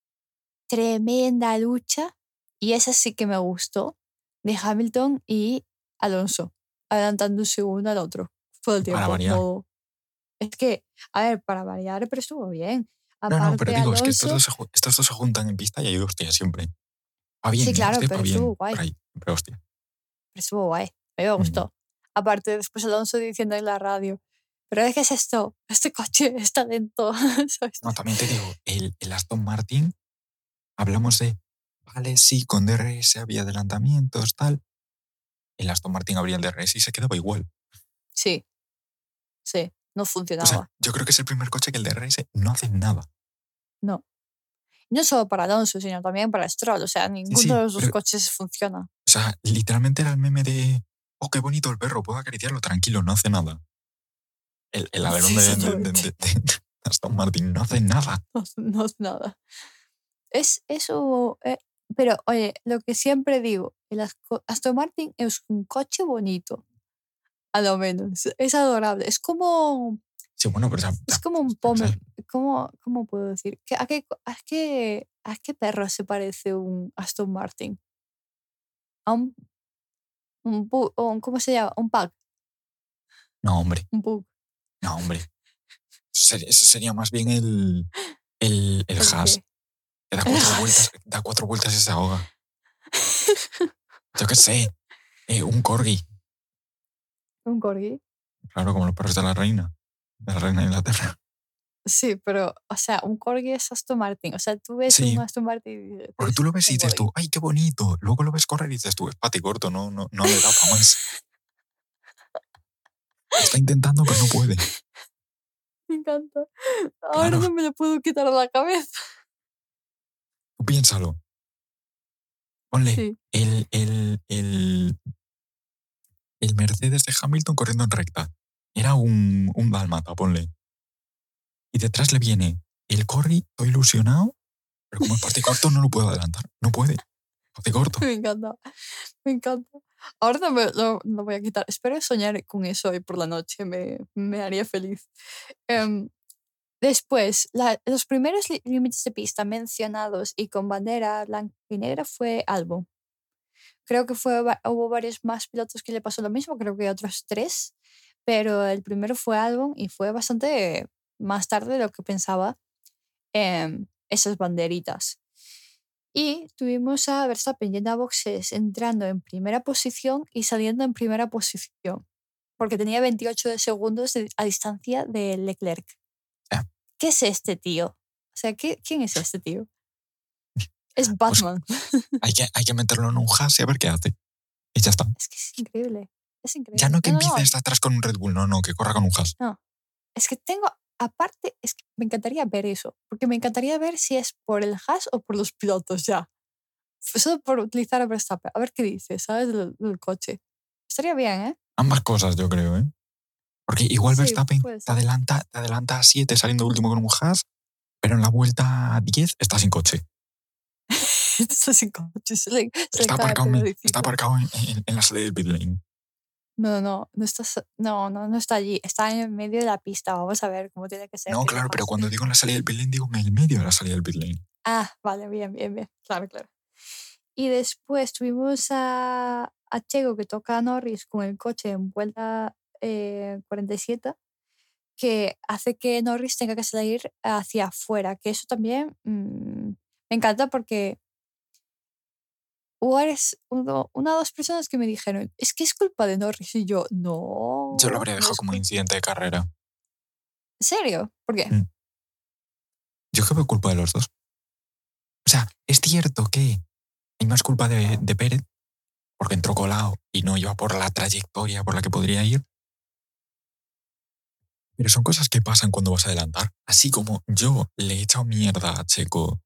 tremenda lucha, y esa sí que me gustó, de Hamilton y Alonso, adelantándose uno al otro todo el Para tiempo. variar. Es que, a ver, para variar, pero estuvo bien. No, pero Aparte, digo, es que Alonso, estos dos se juntan en pista y hay hostia siempre. Va sí, bien, claro, hostia, pero va estuvo bien. Por guay, ahí, pero hostia. pero estuvo guay. A mí me Mm. gustó. Aparte, después Alonso diciendo en la radio, pero ¿qué es esto? Este coche está lento, ¿sabes? No, también te digo, el Aston Martin, hablamos de, vale, sí, con DRS había adelantamientos, tal. El Aston Martin abría el DRS y se quedaba igual. Sí, sí, no O sea, funcionaba. yo creo que es el primer coche que el DRS no hace nada. No. Y no solo para Alonso, sino también para Stroll. O sea, Sí, ninguno sí, de los dos pero, o coches funciona. sea, literalmente era el meme de, oh, qué bonito el perro, puedo acariciarlo, tranquilo, no hace nada. El alerón Sí, exactamente. de Aston Martin no hace nada. No es nada. Es eso. Pero, oye, lo que siempre digo, Aston Martin es un coche bonito, a lo menos. Es adorable. Sí, bueno, pero Es como un o sea, ¿cómo puedo decir? ¿A qué perro se parece un Aston Martin? A ¿cómo se llama? Un pug. no, hombre, Un pug. no, hombre. Eso sería más bien el ¿El Haas, qué? que El Haas. da cuatro vueltas y se ahoga. Yo qué sé, un corgi, Un corgi. claro, como los perros de la reina de Inglaterra. Sí, pero, o sea, un corgi es Aston Martin. O sea, tú ves un Sí, Aston Martin y porque tú dices, lo ves y un dices tú, corgi. ay, qué bonito. Luego lo ves correr y dices tú, es pati corto, no le da para más. Lo está intentando, pero no puede. Me encanta. Ahora Claro, no me lo puedo quitar de la cabeza. tú piénsalo. Ponle Sí. el Mercedes de Hamilton corriendo en recta. Era un dálmata, ponle. Y detrás le viene el Corgi, todo ilusionado, pero como es parte corto no lo puedo adelantar. No puede. Parte corto. Me encanta. Me encanta. Ahora no me lo voy a quitar. Espero soñar con eso hoy por la noche. Me haría feliz. Em, Después, los primeros límites de pista mencionados y con bandera blanca y negra fue Albon. Creo que hubo varios más pilotos que le pasó lo mismo, creo que otros tres, pero el primero fue Albon y fue bastante más tarde de lo que pensaba esas banderitas. Y tuvimos a Verstappen yendo a boxes, entrando en primera posición y saliendo en primera posición, porque tenía 28 de segundos a distancia de Leclerc. Ya, ¿Qué es este tío? O sea, ¿quién es este tío? Es Batman. Hay que meterlo en un hash y a ver qué hace. Y ya está. Es que es increíble. Es increíble. Ya no que No, empiece desde atrás con un Red Bull, no, que corra con un hash. no. Es que aparte, es que me encantaría ver eso, porque me encantaría ver si es por el hash o por los pilotos ya. Solo por utilizar a Verstappen. A ver qué dice, ¿sabes? Del coche. Estaría bien, ¿eh? Ambas cosas, yo creo, ¿eh? Porque igual Sí, Verstappen puede te ser. adelanta a 7 saliendo último con un hash, pero en la vuelta 10 está sin coche. Está sin coche, se le Está cae aparcado, por está aparcado en la salida del pit lane. No está allí, está en medio de la pista. Vamos a ver cómo tiene que ser. No, Que claro, pero cojas. cuando digo en la salida del pit lane, digo en el medio de la salida del pit lane. Ah, vale, bien. Claro. Y después tuvimos a Checo que toca a Norris con el coche en vuelta 47, que hace que Norris tenga que salir hacia afuera, que eso también me encanta porque una o dos personas que me dijeron, es que es culpa de Norris, y yo, Yo lo habría no dejado es como culpa. incidente de carrera. ¿En serio? ¿Por qué? Mm. Yo creo que culpa de los dos. O sea, es cierto que hay más culpa de Pérez, porque entró colado y no iba por la trayectoria por la que podría ir. Pero son cosas que pasan cuando vas a adelantar. Así como yo le he echado mierda a Checo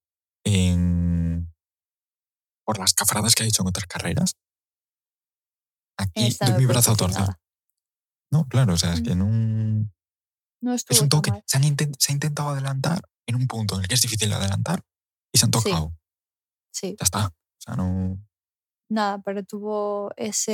por las cafradas que ha hecho en otras carreras, En aquí esta doy no me mi puedes brazo a decir torcer. nada. No, claro, o sea, es Mm, que no... No Es estuvo un tan toque. mal. Se ha intentado adelantar en un punto en el que es difícil adelantar y se han Sí, tocado. sí. Ya está. O sea, no... Nada, pero tuvo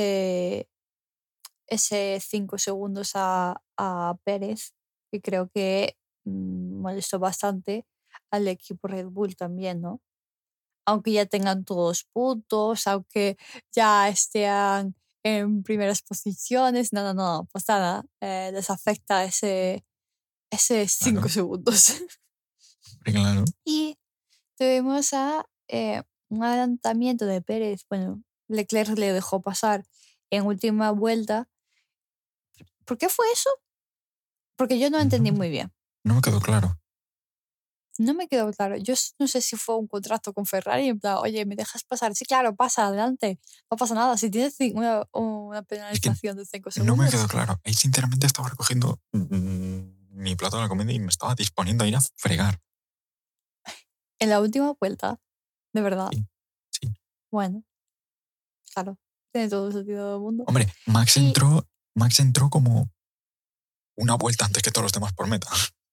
ese 5 segundos a Pérez, que creo que molestó bastante al equipo Red Bull también, ¿no? Aunque ya tengan todos puntos, aunque ya estén en primeras posiciones, no, pues nada, les afecta ese 5 Claro, segundos. claro. Y tuvimos un adelantamiento de Pérez, bueno, Leclerc le dejó pasar en última vuelta. ¿Por qué fue eso? Porque yo no No, entendí muy bien. no me quedó claro. No me quedó claro. Yo no sé si fue un contrato con Ferrari, en plan, oye, ¿me dejas pasar? Sí, claro, pasa, adelante. No pasa nada. Si tienes una Es que penalización de 5 no me quedó segundos. claro. Ahí sinceramente estaba recogiendo mi plato de la comida y me estaba disponiendo a ir a fregar. En la última vuelta, de verdad. Sí, sí. Bueno, claro, tiene todo el sentido del mundo. Hombre, Y Max entró como una vuelta antes que todos los demás por meta.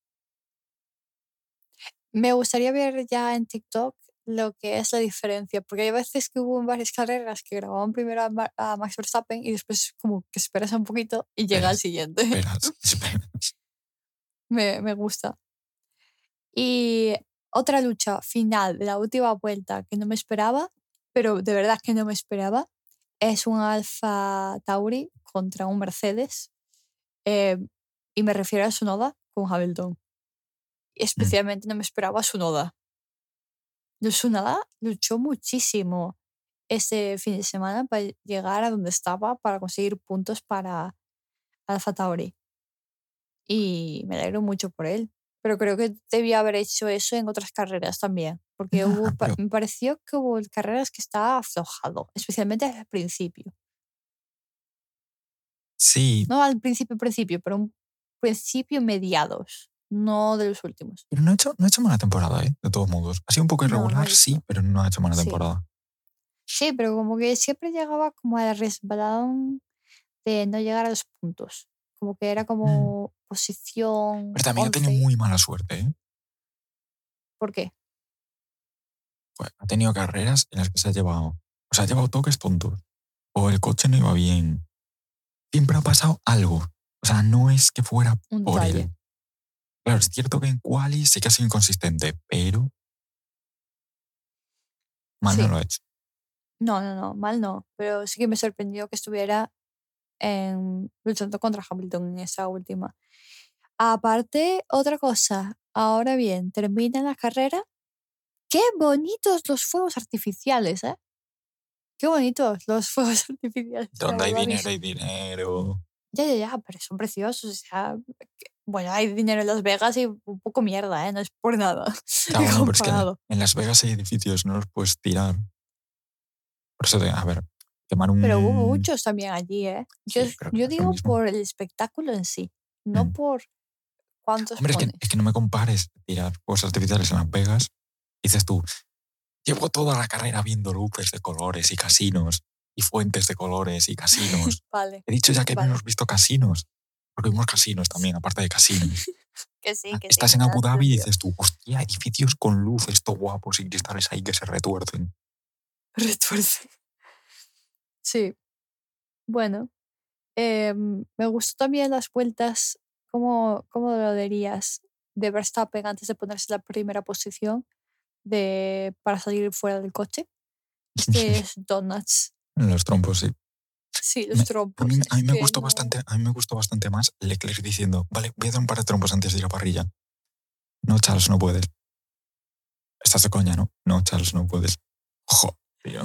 me gustaría ver ya en TikTok lo que es la diferencia, porque hay veces que hubo en varias carreras que grababan primero a Max Verstappen y después como que esperas un poquito y llega al Esperas, siguiente. esperas. Me gusta. Y otra lucha final de la última vuelta que no me esperaba, pero de verdad que no me esperaba, es un Alfa Tauri contra un Mercedes. eh, y me refiero a Tsunoda con Hamilton. Y Mm. especialmente no me esperaba a Tsunoda. Tsunoda luchó muchísimo ese fin de semana para llegar a donde estaba, para conseguir puntos para Alfa Tauri. Y me alegro mucho por él. Pero creo que debía haber hecho eso en otras carreras también, porque Nah, pero me pareció que hubo carreras que estaba aflojado, especialmente al principio. sí, No al principio, pero un principio mediados, no de los últimos. pero no ha hecho mala temporada, ¿eh? De todos modos. Ha sido un poco No irregular, lo sí, hizo. pero no ha hecho mala Sí, temporada. sí, pero como que siempre llegaba como al resbalón de no llegar a los puntos. Como que era Mm. como Pero posición también ha tenido 11. muy mala suerte, ¿eh? ¿Por qué? Pues ha tenido carreras en las que se ha llevado, o sea, ha llevado toques tontos, o el coche no iba bien. Siempre ha pasado algo. O sea, no es que fuera Un por detalle. él. Claro, es cierto que en quali sí que ha sido inconsistente, pero mal no Sí. lo ha hecho. No, mal no. Pero sí que me sorprendió que estuviera luchando contra Hamilton en esa última. Aparte, otra cosa. Ahora bien, termina la carrera. Qué bonitos los fuegos artificiales, ¿eh? Qué bonitos los fuegos artificiales, la Donde hay verdad. dinero, hay dinero. Ya, pero son preciosos. O sea, Bueno, hay dinero en Las Vegas y un poco mierda, ¿eh? No es por nada. Claro, no, pero es que Comparado. en Las Vegas hay edificios, no los puedes tirar. Por eso, a ver, quemar Pero hubo un... muchos también allí, ¿eh? Sí, pero que Yo no es lo digo mismo. por el espectáculo en sí, no Mm. por cuántos Hombre, pones. es que no me compares tirar fuegos artificiales en Las Vegas. Dices tú, llevo toda la carrera viendo luces de colores y casinos y fuentes de colores y casinos. Vale, He dicho ya que vale. hemos visto casinos, porque vimos casinos también, aparte de casinos. Que sí, Estás que en me Abu has Dhabi y entendido. dices tú, hostia, edificios con luces, todo guapos y cristales ahí que se retuercen. Retuerce. Sí, bueno. Me gustó también las vueltas, cómo lo dirías, de Verstappen antes de ponerse en la primera posición para salir fuera del coche. Es que es donuts. En los trompos, sí. Sí, los trompos. A mí Es me que gustó no. bastante, a mí me gustó bastante más Leclerc diciendo, vale, voy a dar un par de trompos antes de ir a parrilla. No, Charles, no puedes. Estás de coña, ¿no? No, Charles, no puedes. Joder, tío.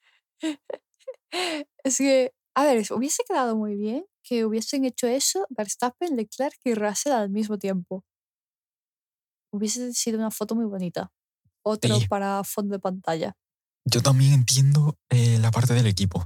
Es que, a ver, hubiese quedado muy bien que hubiesen hecho eso Verstappen, Leclerc y Russell al mismo tiempo. Hubiese sido una foto muy bonita. Otro Sí, para fondo de pantalla. yo también entiendo la parte del equipo.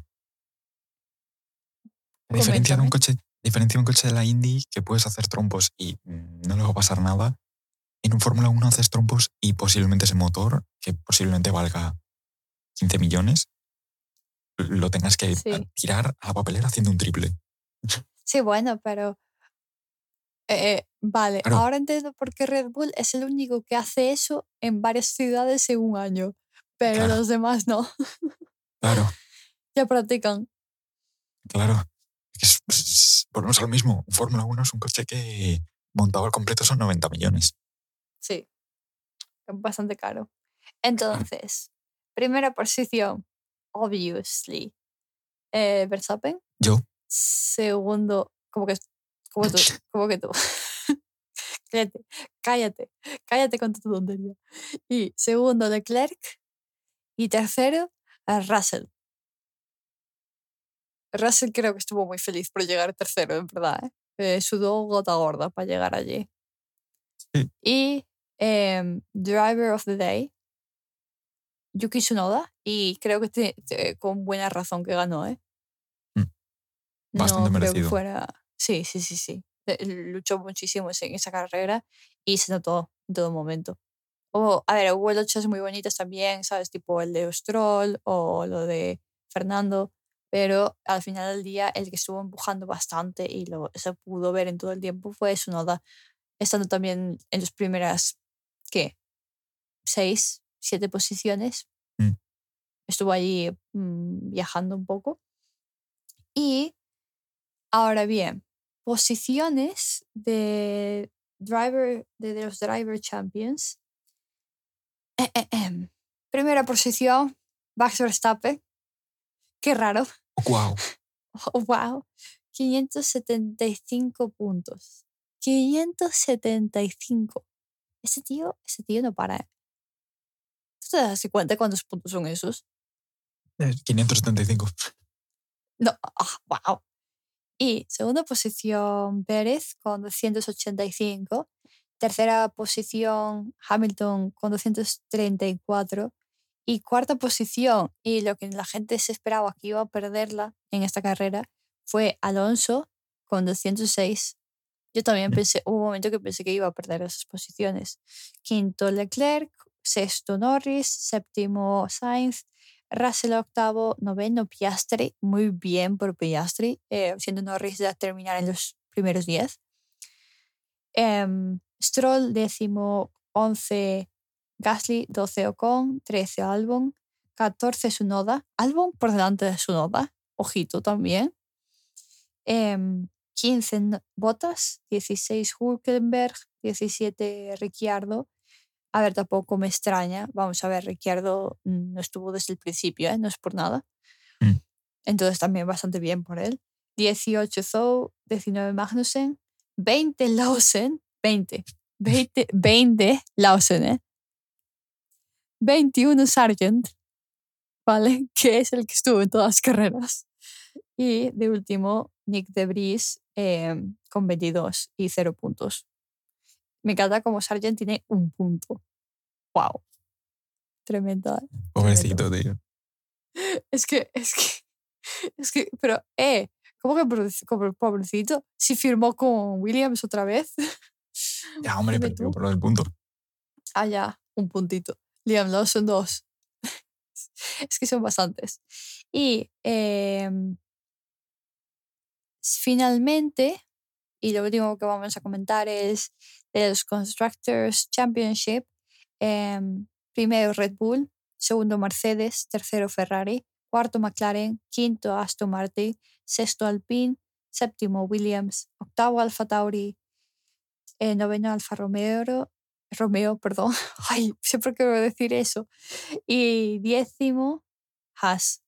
Coméntame. A diferencia de un coche de la Indy que puedes hacer trompos y no le va a pasar nada, en un Fórmula 1 haces trompos y posiblemente ese motor, que posiblemente valga 15 millones, lo tengas que Sí. tirar a la papelera haciendo un triple. Sí, bueno, pero vale, Claro, ahora entiendo por qué Red Bull es el único que hace eso en varias ciudades en un año, pero claro, los demás no. claro, Ya practican. claro. Volvemos a lo mismo. Un Fórmula 1 es un coche que montado al completo son 90 millones. Sí, es bastante caro. Entonces, primera posición, obviously, Verstappen. Yo, Segundo, como que tú. Cállate, cállate, cállate con tu tontería. Y segundo, Leclerc. Y tercero, Russell. Russell creo que estuvo muy feliz por llegar tercero, en verdad. Sudó gota gorda para llegar allí. sí, Y Driver of the Day, Yuki Tsunoda. Y creo que con buena razón que ganó, ¿eh? mm, bastante No creo que merecido. fuera. Sí, sí, sí, sí. Luchó muchísimo en esa carrera y se notó en todo momento. A ver, hubo luchas muy bonitas también, ¿sabes? Tipo el de Stroll o lo de Fernando, pero al final del día el que estuvo empujando bastante y se pudo ver en todo el tiempo fue Tsunoda, estando también en las primeras, ¿qué? 6, 7 posiciones. Mm, Estuvo allí viajando un poco. Y ahora bien, posiciones de los Driver Champions. Primera posición, Max Verstappen. Qué raro. wow. Oh, wow. 575 puntos. 575. Ese tío no para. ¿Eh? ¿Tú te das cuenta cuántos puntos son esos? 575. No, wow. Y segunda posición, Pérez con 285. Tercera posición, Hamilton con 234. Y cuarta posición, y lo que la gente se esperaba que iba a perderla en esta carrera, fue Alonso con 206. Yo también pensé, hubo un momento que pensé que iba a perder esas posiciones. Quinto Leclerc, sexto Norris, séptimo Sainz, Russell octavo, noveno Piastri, muy bien por Piastri, siendo Norris ya terminar en los primeros 10. Stroll décimo, 11 Gasly, 12 Ocon, 13 Albon, 14 Tsunoda. Albon por delante de Tsunoda, ojito también. 15 Bottas, 16 Hülkenberg, 17 Ricciardo. A ver, tampoco me extraña. Vamos a ver, Ricciardo no estuvo desde el principio, ¿eh? No es por nada. Mm, Entonces también bastante bien por él. 18 Zhou, 19 Magnussen, 20 Lawson, 20 Lawson, ¿eh? 21 Sargent, ¿vale? Que es el que estuvo en todas las carreras. Y de último, Nick de Vries con 22 y 0 puntos. Me encanta como Sargent tiene 1 punto. ¡Wow! Tremenda. Pobrecito, tío. Pero, ¿cómo que como pobrecito? Si firmó con Williams otra vez. Ya, hombre, Dime pero digo tú. por lo del punto. Ah, ya, 1 puntito. Liam Lawson 2. Es que son bastantes. Y finalmente, y lo último que vamos a comentar es de los Constructors Championship. Primero Red Bull, segundo Mercedes, tercero Ferrari, cuarto McLaren, quinto Aston Martin, sexto Alpine, séptimo Williams, octavo Alfa Tauri, noveno Alfa Romeo, perdón. Ay, siempre quiero decir eso. Y 10º Haas.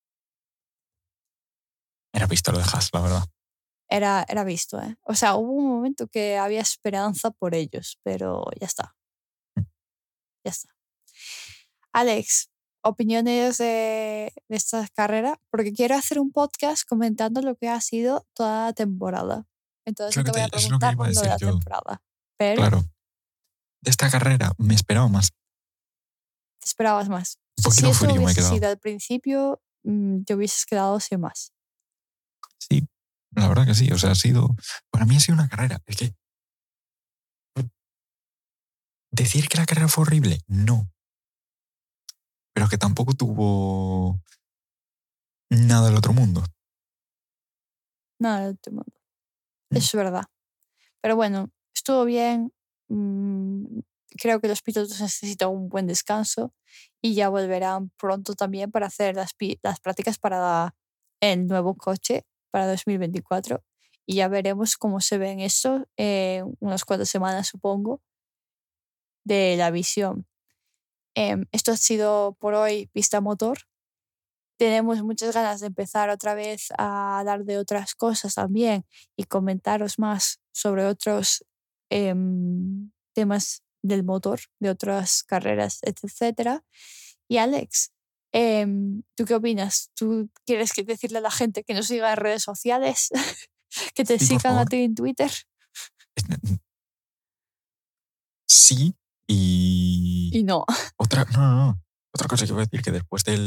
Era visto lo de Haas, la verdad. Era visto, ¿eh? O sea, hubo un momento que había esperanza por ellos, pero ya está. Ya está. Alex, opiniones de esta carrera, porque quiero hacer un podcast comentando lo que ha sido toda la temporada. Entonces no te voy a Es lo que preguntar iba a lo de decir la yo. temporada. Pero Claro. De esta carrera me esperaba más. te esperabas más. Un Si poquito eso frío me he hubiese quedado. sido al principio, te hubieses quedado sin más. Sí, la verdad que sí. O sea, para mí ha sido una carrera. Es que decir que la carrera fue horrible, no. Pero que tampoco tuvo nada del otro mundo. Nada del otro mundo. Eso es verdad. Pero bueno, estuvo bien. Creo que los pilotos necesitan un buen descanso y ya volverán pronto también para hacer las prácticas para el nuevo coche para 2024. Y ya veremos cómo se ven eso unas 4 semanas, supongo, de la visión. Esto ha sido por hoy Pista Motor. Tenemos muchas ganas de empezar otra vez a hablar de otras cosas también y comentaros más sobre otros temas del motor, de otras carreras, etcétera. Y Alex, ¿tú qué opinas? ¿Tú quieres decirle a la gente que nos siga en redes sociales? ¿Que te Sí, por sigan a favor. ti en Twitter? Sí, Y no. No. Otra cosa que voy a decir, que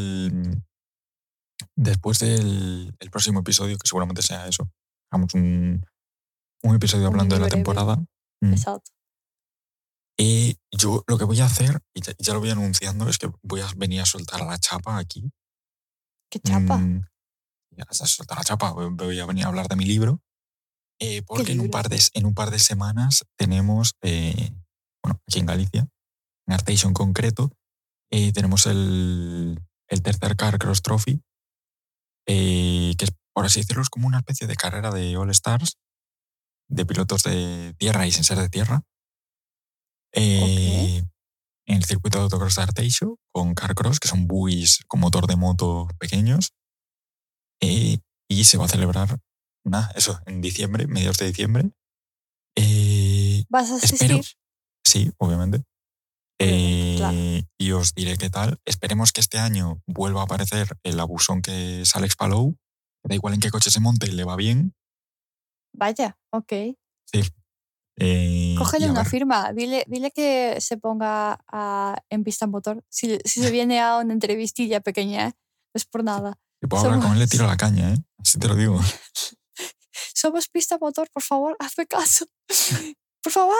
después del el próximo episodio, que seguramente sea eso, hagamos un episodio Un hablando de mini la breve. temporada. Exacto. Y yo lo que voy a hacer, y ya lo voy anunciando, es que voy a venir a soltar la chapa aquí. ¿Qué chapa? A soltar la chapa, voy a venir a hablar de mi libro. Porque en un libro? par de semanas tenemos, bueno, aquí en Galicia, en Arteixo en concreto, tenemos el tercer Carcross Trophy, que es, por así decirlo, es como una especie de carrera de All Stars, de pilotos de tierra y sin ser de tierra, Ok. en el circuito de autocross de Arteixo, con Carcross, que son buis con motor de moto pequeños, y se va a celebrar, eso, en diciembre, mediados de diciembre. ¿Vas a Espero, asistir? sí, obviamente. Obviamente, claro. Y os diré qué tal. Esperemos que este año vuelva a aparecer el abusón que es Alex Palou. Da igual en qué coche se monte, le va bien. Vaya, ok. Sí. Y Cógele a una ver, firma, dile que se ponga en Pista Motor. Si se viene a una entrevistilla pequeña, no es por nada. si puedo hablar Somos, con él, le tiro la caña, ¿eh? Así te lo digo. somos Pista Motor, por favor, hazme caso. Por favor.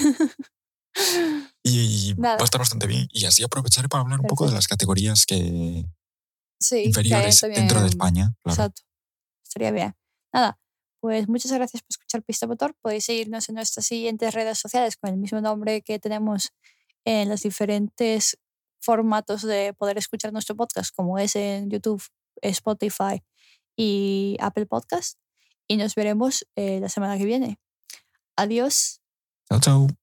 Y va a Nada, estar bastante bien. Y así aprovecharé para hablar un poco de perfecto. las categorías Sí, que hay inferiores dentro de también. España, claro. Exacto, estaría bien. Nada, pues muchas gracias por escuchar Pista Motor. Podéis seguirnos en nuestras siguientes redes sociales con el mismo nombre que tenemos en los diferentes formatos de poder escuchar nuestro podcast, como es en YouTube, Spotify y Apple Podcast. Y nos veremos la semana que viene. Adiós. Chao, chao.